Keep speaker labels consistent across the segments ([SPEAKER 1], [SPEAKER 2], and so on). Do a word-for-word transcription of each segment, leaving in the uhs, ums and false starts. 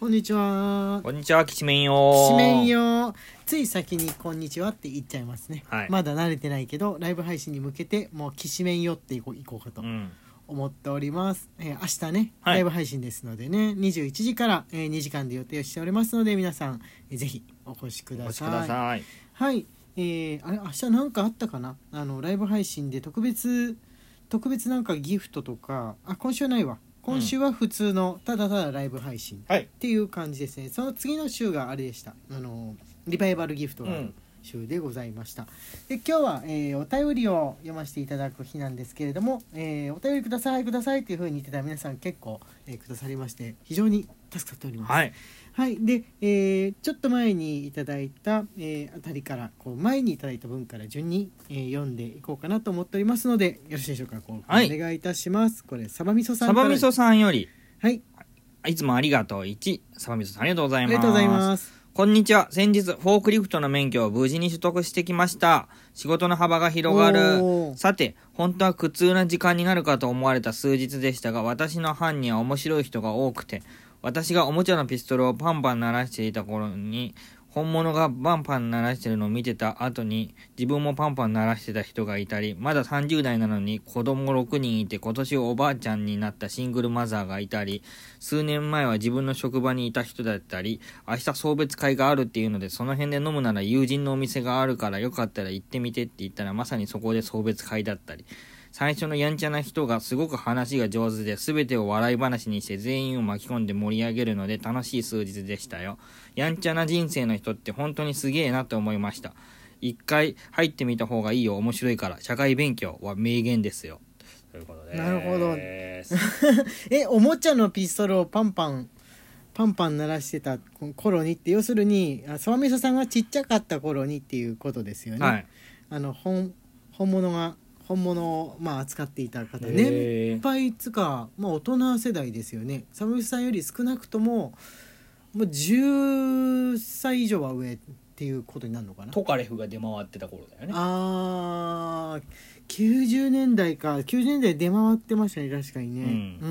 [SPEAKER 1] こんにちは。
[SPEAKER 2] こんにちは、きしめんよ
[SPEAKER 1] きしめんよ。つい先にこんにちはって言っちゃいますね、
[SPEAKER 2] はい、
[SPEAKER 1] まだ慣れてないけどライブ配信に向けてもうきしめんよっていこう、いこうかと思っております、うん、えー、明日ね、はい、ライブ配信ですのでねにじゅういちじから、えー、にじかんで予定をしておりますので皆さん、えー、ぜひお越しください。
[SPEAKER 2] お越しください。
[SPEAKER 1] はい、えー、あれ明日なんかあったかな、あのライブ配信で特別特別なんかギフトとか、あ今週はないわ、今週は普通のただただライブ配信っていう感じですね、はい、その次の週があれでした、あのリバイバルギフトがある週でございました、うん、で今日は、えー、お便りを読ませていただく日なんですけれども、えー、お便りくださいくださいっていう風に言ってた皆さん結構、えー、くださりまして非常に助かっております。
[SPEAKER 2] はい、
[SPEAKER 1] はい、で、えー、ちょっと前にいただいた、えー、あたりからこう前にいただいた文から順に、えー、読んでいこうかなと思っておりますのでよろしいでしょうか。こう、はい、お願いいたします。これサバみそさんから、
[SPEAKER 2] サバみそさんより、
[SPEAKER 1] はい、
[SPEAKER 2] いつもありがとういち、サバみそさんありがとうございます。
[SPEAKER 1] ありがとうございます。
[SPEAKER 2] こんにちは。先日フォークリフトの免許を無事に取得してきました。仕事の幅が広がる。さて、本当は苦痛な時間になるかと思われた数日でしたが、私の班には面白い人が多くて、私がおもちゃのピストルをパンパン鳴らしていた頃に、本物がパンパン鳴らしてるのを見てた後に自分もパンパン鳴らしてた人がいたり、まださんじゅう代なのに子供ろくにんいて今年おばあちゃんになったシングルマザーがいたり、数年前は自分の職場にいた人だったり、明日送別会があるっていうのでその辺で飲むなら友人のお店があるからよかったら行ってみてって言ったらまさにそこで送別会だったり、最初のやんちゃな人がすごく話が上手で全てを笑い話にして全員を巻き込んで盛り上げるので楽しい数日でしたよ。やんちゃな人生の人って本当にすげえなと思いました。一回入ってみた方がいいよ、面白いから。社会勉強は名言ですよ。ということで。
[SPEAKER 1] なるほど。え、おもちゃのピストルをパンパンパンパン鳴らしてた頃にって、要するにそばみそさんがちっちゃかった頃にっていうことですよね。はい、あの 本, 本物が本物をまあ扱っていた方、年配つか、まあ、大人世代ですよね。サムさんより少なくとも、もうじゅっさい以上は上っていうことになるのかな。
[SPEAKER 2] トカレフが出回ってた頃だよね。
[SPEAKER 1] あーきゅうじゅうねんだいか、きゅうじゅうねんだい出回ってましたね、確かにね、うんうん、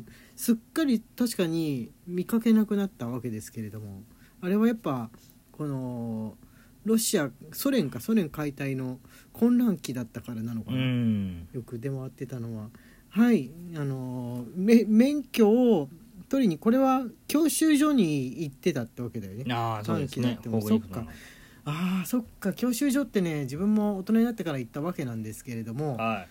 [SPEAKER 1] すっかり確かに見かけなくなったわけですけれども、あれはやっぱこのロシアソ連かソ連解体の混乱期だったからなのかな、うん、よく出回ってたのは、はい、あの免許を取りに、これは教習所に行ってたってわけだよね。
[SPEAKER 2] ああそうですね。
[SPEAKER 1] そっか、ああそっか、教習所ってね、自分も大人になってから行ったわけなんですけれども、はい、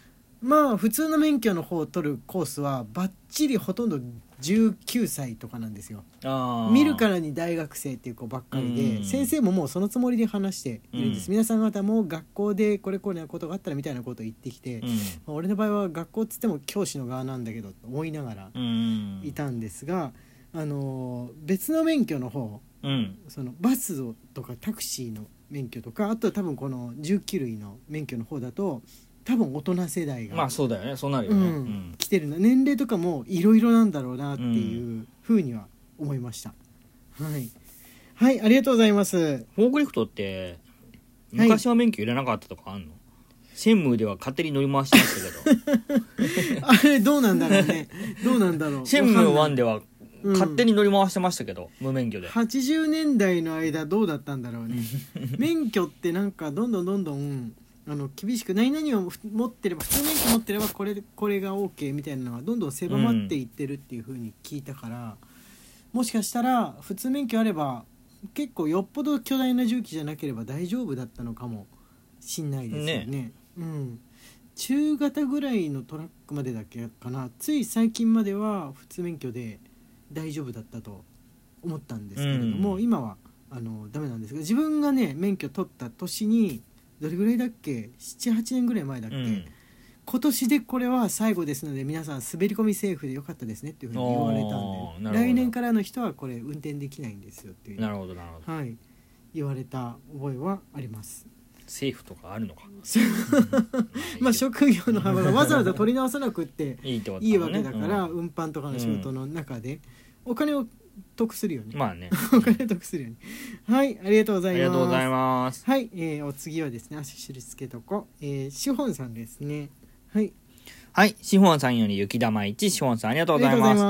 [SPEAKER 1] まあ普通の免許の方を取るコースはバッチリほとんどじゅうきゅうさいとかなんですよ。あ見るからに大学生っていう子ばっかりで、うん、先生ももうそのつもりで話しているんです、うん、皆さん方も学校でこれこれなことがあったらみたいなことを言ってきて、うんまあ、俺の場合は学校っつっても教師の側なんだけどと思いながらいたんですが、あの別の免許の方、うん、そのバスとかタクシーの免許とか、あとは多分この重機類の免許の方だと多分大人世代が
[SPEAKER 2] まあそうだよね、そうなるよね、うんうん、
[SPEAKER 1] 来てるの、年齢とかもいろいろなんだろうなっていうふうには思いました、うん、はい、はい、ありがとうございます。
[SPEAKER 2] フォークリフトって昔は免許いらなかったとかあんの？はい、専務では勝手に乗り回してましたけど
[SPEAKER 1] あれどうなんだろうね、どうなんだろう、
[SPEAKER 2] 専務ワンでは勝手に乗り回してましたけど、うん、無免許で
[SPEAKER 1] はちじゅうねんだいの間どうだったんだろうね免許ってなんかどんどんどんどんあの厳しく、何々を持ってれば、普通免許持ってればこれこれが OK みたいなのがどんどん狭まっていってるっていう風に聞いたから、うん、もしかしたら普通免許あれば結構よっぽど巨大な重機じゃなければ大丈夫だったのかもしんないですよね、ね、うん、中型ぐらいのトラックまでだけかな、つい最近までは普通免許で大丈夫だったと思ったんですけれども、うん、今はあのダメなんですが、自分がね免許取った年にどれぐらいだっけ、ななはちねんぐらい前だっけ、うん、今年でこれは最後ですので皆さん滑り込みセーフでよかったですねっていうふうに言われたんで、来年からの人はこれ運転できないんですよっていう、
[SPEAKER 2] なるほどなるほど、
[SPEAKER 1] はい、言われた覚えはあります。
[SPEAKER 2] セーフとかあるのか
[SPEAKER 1] まあ職業の幅がわざわざ取り直さなくっていいわけだから、
[SPEAKER 2] うん、
[SPEAKER 1] 運搬とかの仕事の中でお金を得するよね。
[SPEAKER 2] まあね
[SPEAKER 1] お金得するよね。はい、ありがとうございます。
[SPEAKER 2] ありがとうございます。
[SPEAKER 1] はい、えー、お次はですね、足印つけとこ、えー、しほんさんですね。はい。
[SPEAKER 2] はい、しほんさんより雪玉いち、しほんさんありがとうございます。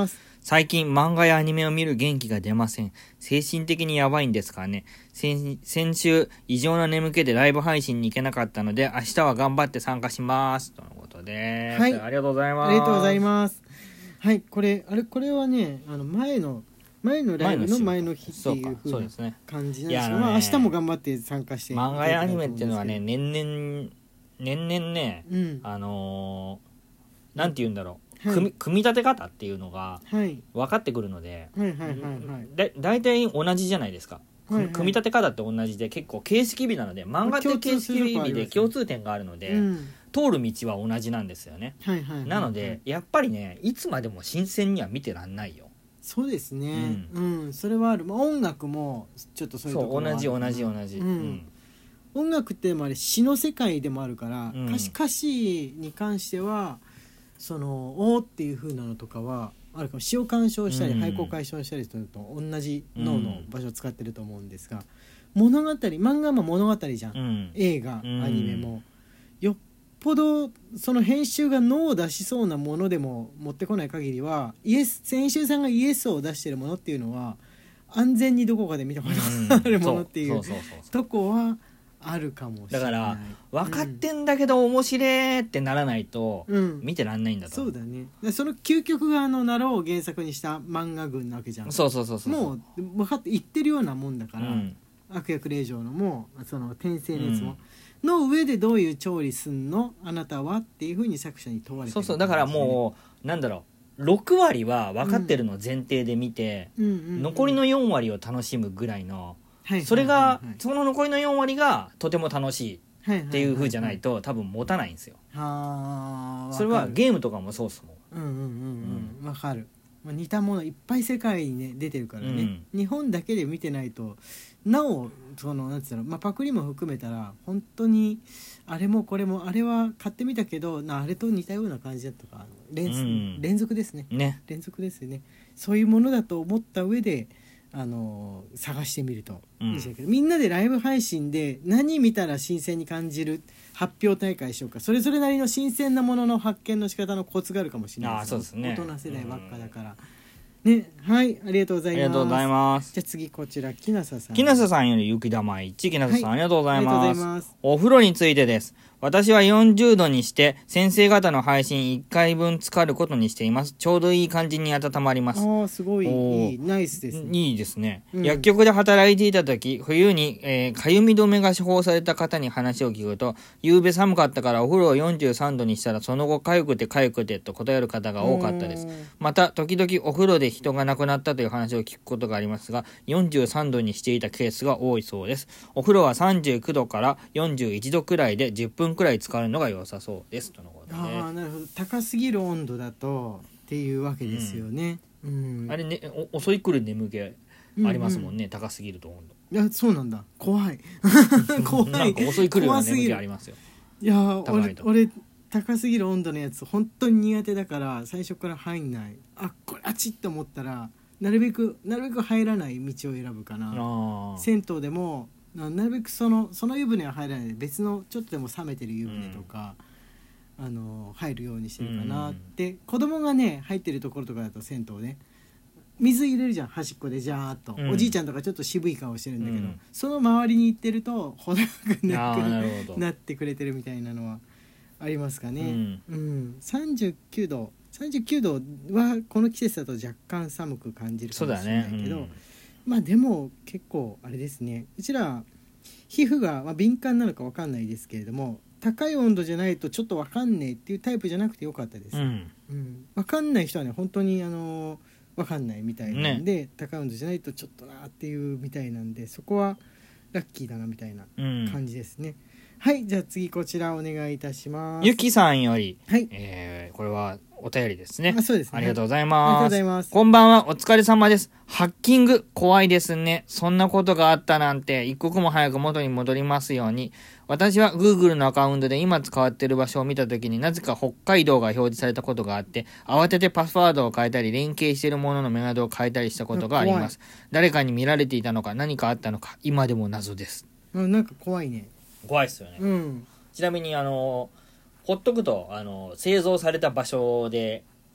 [SPEAKER 2] 最近漫画やアニメを見る元気が出ません。精神的にやばいんですかね。先、先週異常な眠気でライブ配信に行けなかったので明日は頑張って参加しますとのことで、
[SPEAKER 1] はい、
[SPEAKER 2] ありがとうございます。
[SPEAKER 1] ありがとうございます。はい、これあれこれはね、あの前の前のライブの前の日っていう風な感じなんですけど、まあ明日も頑張って参加して
[SPEAKER 2] 漫画やアニメっていうのはね、年々年々ね、うん、あのー、なんて言うんだろう、はい、組, 組み立て方っていうのが分かってくるので、はいはいはいはい、だ, だいたい同じじゃないですか、はいはい、組み立て方って同じで結構形式美なので、漫画って形式美で共通点があるので、うん、通る道は同じなんですよね、はいはいはいはい、なのでやっぱりね、いつまでも新鮮には見てらんないよ。
[SPEAKER 1] そうですね、うん、うん、それはある、まあ、音楽もちょっとそういうところはある。
[SPEAKER 2] そう、同じ同じ同じ、うんうん、
[SPEAKER 1] 音楽ってもあれ詩の世界でもあるから、うん、歌詞歌詞に関してはそのおーっていう風なのとかはあるかも。詩を鑑賞したり、うん、俳句を鑑賞したりすると同じ脳の場所を使ってると思うんですが、物語、漫画も物語じゃん、うん、映画、うん、アニメもよっぽどその編集が脳を出しそうなものでも持ってこない限りは、イエス編集さんがイエスを出してるものっていうのは安全にどこかで見たことがあるものっていうとこはあるかもしれない。
[SPEAKER 2] だから分かってんだけど面白いってならないと見てらんないんだと、
[SPEAKER 1] うん、そうだね。その究極があの奈良を原作にした漫画群なわけじゃん。
[SPEAKER 2] そうそうそうそう、
[SPEAKER 1] もう分かって言ってるようなもんだから、うん、悪役令嬢のもその転生のやつも、うん、の上でどういう調理すんのあなたはっていうふうに作者に問われてる、ね、
[SPEAKER 2] そうそう、だからもうなんだろう、ろく割は分かってるの前提で見て、うんうんうんうん、残りのよん割を楽しむぐらいの、はいはいはいはい、それがその残りのよん割がとても楽しいっていう風じゃないと、はいはいはいはい、多分持たないんですよ。はそれはゲームとかもそうっすもん。うんうん
[SPEAKER 1] うんうん、わかる。まあ、似たものいっぱい世界に、ね、出てるからね、うん、日本だけで見てないとなおそのなんつうの、まあ、パクリも含めたら本当にあれもこれもあれは買ってみたけどなあれと似たような感じだとか 連,、うん、連続ですねね連続ですね。そういうものだと思った上であの探してみるといいんだけど、うん、みんなでライブ配信で何見たら新鮮に感じる発表大会しようか。それぞれなりの新鮮なものの発見の仕方のコツがあるかもしれないです。あ、そうですね、大人世代ばっかだから、うん、ね、はい、ありがとうございます。
[SPEAKER 2] ありがとうございます。
[SPEAKER 1] じゃあ次こちらきなささん。
[SPEAKER 2] きなささんより雪玉一、きなささん、はい、ありがとうございます。
[SPEAKER 1] ありがとうございます。
[SPEAKER 2] お風呂についてです。私はよんじゅうどにして先生方の配信いっかいぶん浸かることにしています。ちょうどいい感じに温まります。
[SPEAKER 1] ああ、すごいいい、ナイスですね。
[SPEAKER 2] いいですね、うん、薬局で働いていた時、冬に、えー、かゆみ止めが処方された方に話を聞くと、夕べ寒かったからお風呂をよんじゅうさんどにしたらその後かゆくてかゆくてと答える方が多かったです。また時々お風呂で人が亡くなったという話を聞くことがありますが、よんじゅうさんどにしていたケースが多いそうです。お風呂はさんじゅうきゅうどからよんじゅういちどくらいでじゅっぷんくらい浸かるのが良さそうですとのことで。
[SPEAKER 1] ああ、なるほど。高すぎる温度だとっていうわけですよね、うんうん、
[SPEAKER 2] あれね、お襲い来る眠気ありますもんね、うんうん、高すぎると温度。
[SPEAKER 1] いや、そうなんだ、怖い怖い、
[SPEAKER 2] なんか襲い来るような眠気ありますよ。
[SPEAKER 1] いや俺俺高すぎる温度のやつ本当に苦手だから最初から入んない。あ、これあちって思ったらなるべくなるべく入らない道を選ぶかな。銭湯でもなるべくそのその湯船は入らないで別のちょっとでも冷めてる湯船とか、うん、あの入るようにしてるかなって、うん、子供がね入ってるところとかだと銭湯ね、水入れるじゃん、端っこでジャーっと、うん、おじいちゃんとかちょっと渋い顔してるんだけど、うん、その周りに行ってると程よくななってくれてるみたいなのはありますかね、うんうん、さんじゅうきゅうどさんじゅうきゅうどはこの季節だと若干寒く感じるかもしれないけど、ね、うん、まあでも結構あれですね、うちら皮膚がまあ敏感なのか分かんないですけれども、高い温度じゃないとちょっと分かんねえっていうタイプじゃなくてよかったです、うんうん、分かんない人はね本当にあの分かんないみたいなんで、ね、高い温度じゃないとちょっとなっていうみたいなんで、そこはラッキーだなみたいな感じですね、うん、はい、じゃあ次こちらお願いいたします。
[SPEAKER 2] ゆきさんより、はい、えー、これはお便りですね。
[SPEAKER 1] あ、そうですね。
[SPEAKER 2] ありがとうございます。ありがとう
[SPEAKER 1] ございます。
[SPEAKER 2] こんばんは、お疲れ様です。ハッキング怖いですね。そんなことがあったなんて一刻も早く元に戻りますように。私は Google のアカウントで今使っている場所を見たときになぜか北海道が表示されたことがあって、慌ててパスワードを変えたり連携しているもののメアドを変えたりしたことがあります。誰かに見られていたのか何かあったのか今でも謎です。
[SPEAKER 1] なんか怖いね。
[SPEAKER 2] 怖いですよね、
[SPEAKER 1] うん、
[SPEAKER 2] ちなみにあのほっとくとあの製造された場所で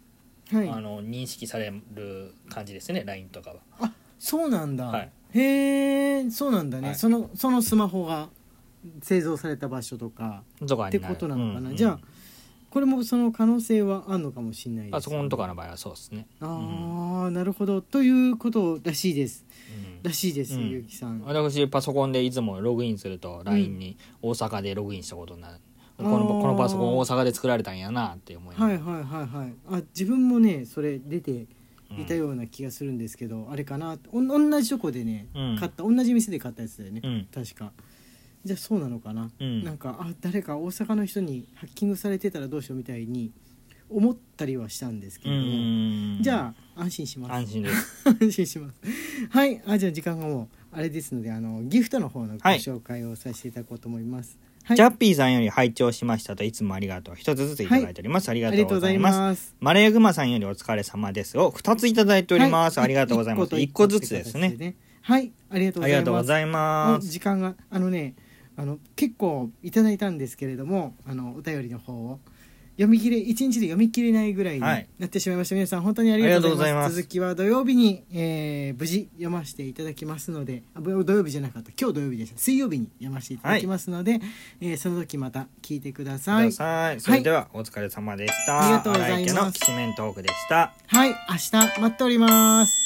[SPEAKER 1] はい
[SPEAKER 2] あの認識される感じですね ライン とかは。
[SPEAKER 1] あ、そうなんだ、
[SPEAKER 2] はい、
[SPEAKER 1] へえ、そうなんだね、
[SPEAKER 2] はい、
[SPEAKER 1] そのそのスマホが製造された場所とか
[SPEAKER 2] とかになる
[SPEAKER 1] ってことなのかな、
[SPEAKER 2] うんうん、
[SPEAKER 1] じゃあこれもその可能性はあるのかもしれないです、ね、
[SPEAKER 2] パソコンとかの場合はそうですね。
[SPEAKER 1] ああ、うん、なるほどということらしいです、
[SPEAKER 2] うん、
[SPEAKER 1] らしいです、
[SPEAKER 2] うん、
[SPEAKER 1] ゆうきさん。
[SPEAKER 2] 私パソコンでいつもログインすると ライン に大阪でログインしたことになる、うん、このこのパソコン大阪で作られたんやなって思います。
[SPEAKER 1] はいはいはいはい。あ、自分もねそれ出ていたような気がするんですけど、うん、あれかな、お同じとこでね、うん、買った同じ店で買ったやつだよね、うん、確か。じゃあそうなのかな、うん、なんかあ誰か大阪の人にハッキングされてたらどうしようみたいに思ったりはしたんですけども、うん、じゃあ安心します。
[SPEAKER 2] 安心です
[SPEAKER 1] 安心します。はい。あ、じゃあ時間がもうあれですので、あのギフトの方のご紹介をさせていただこうと思います。はい、
[SPEAKER 2] ジャッピーさんより拝聴しましたといつもありがとう一つずついただいております、はい、ありがとうございます。ますマレーグマさんよりお疲れ様ですをふたついただいております、はい、ありがとうございます。いっこずつですね。
[SPEAKER 1] はい、ありがとうございます。ありがとうござい
[SPEAKER 2] ます。
[SPEAKER 1] 時間があのねあの結構いただいたんですけれども、あのお便りの方を読み切れいちにちで読み切れないぐらいになってしまいました、はい、皆さん本当にありがとうございます。続きは土曜日に、えー、無事読ませていただきますので、あ土曜日じゃなかった今日土曜日でした水曜日に読ませていただきますので、はい、えー、その時また聞いてください。
[SPEAKER 2] ください。それではお疲れ様でした、はい、
[SPEAKER 1] ありがとうございます。
[SPEAKER 2] 荒井家のきしめんトークでした。
[SPEAKER 1] はい、明日待っております。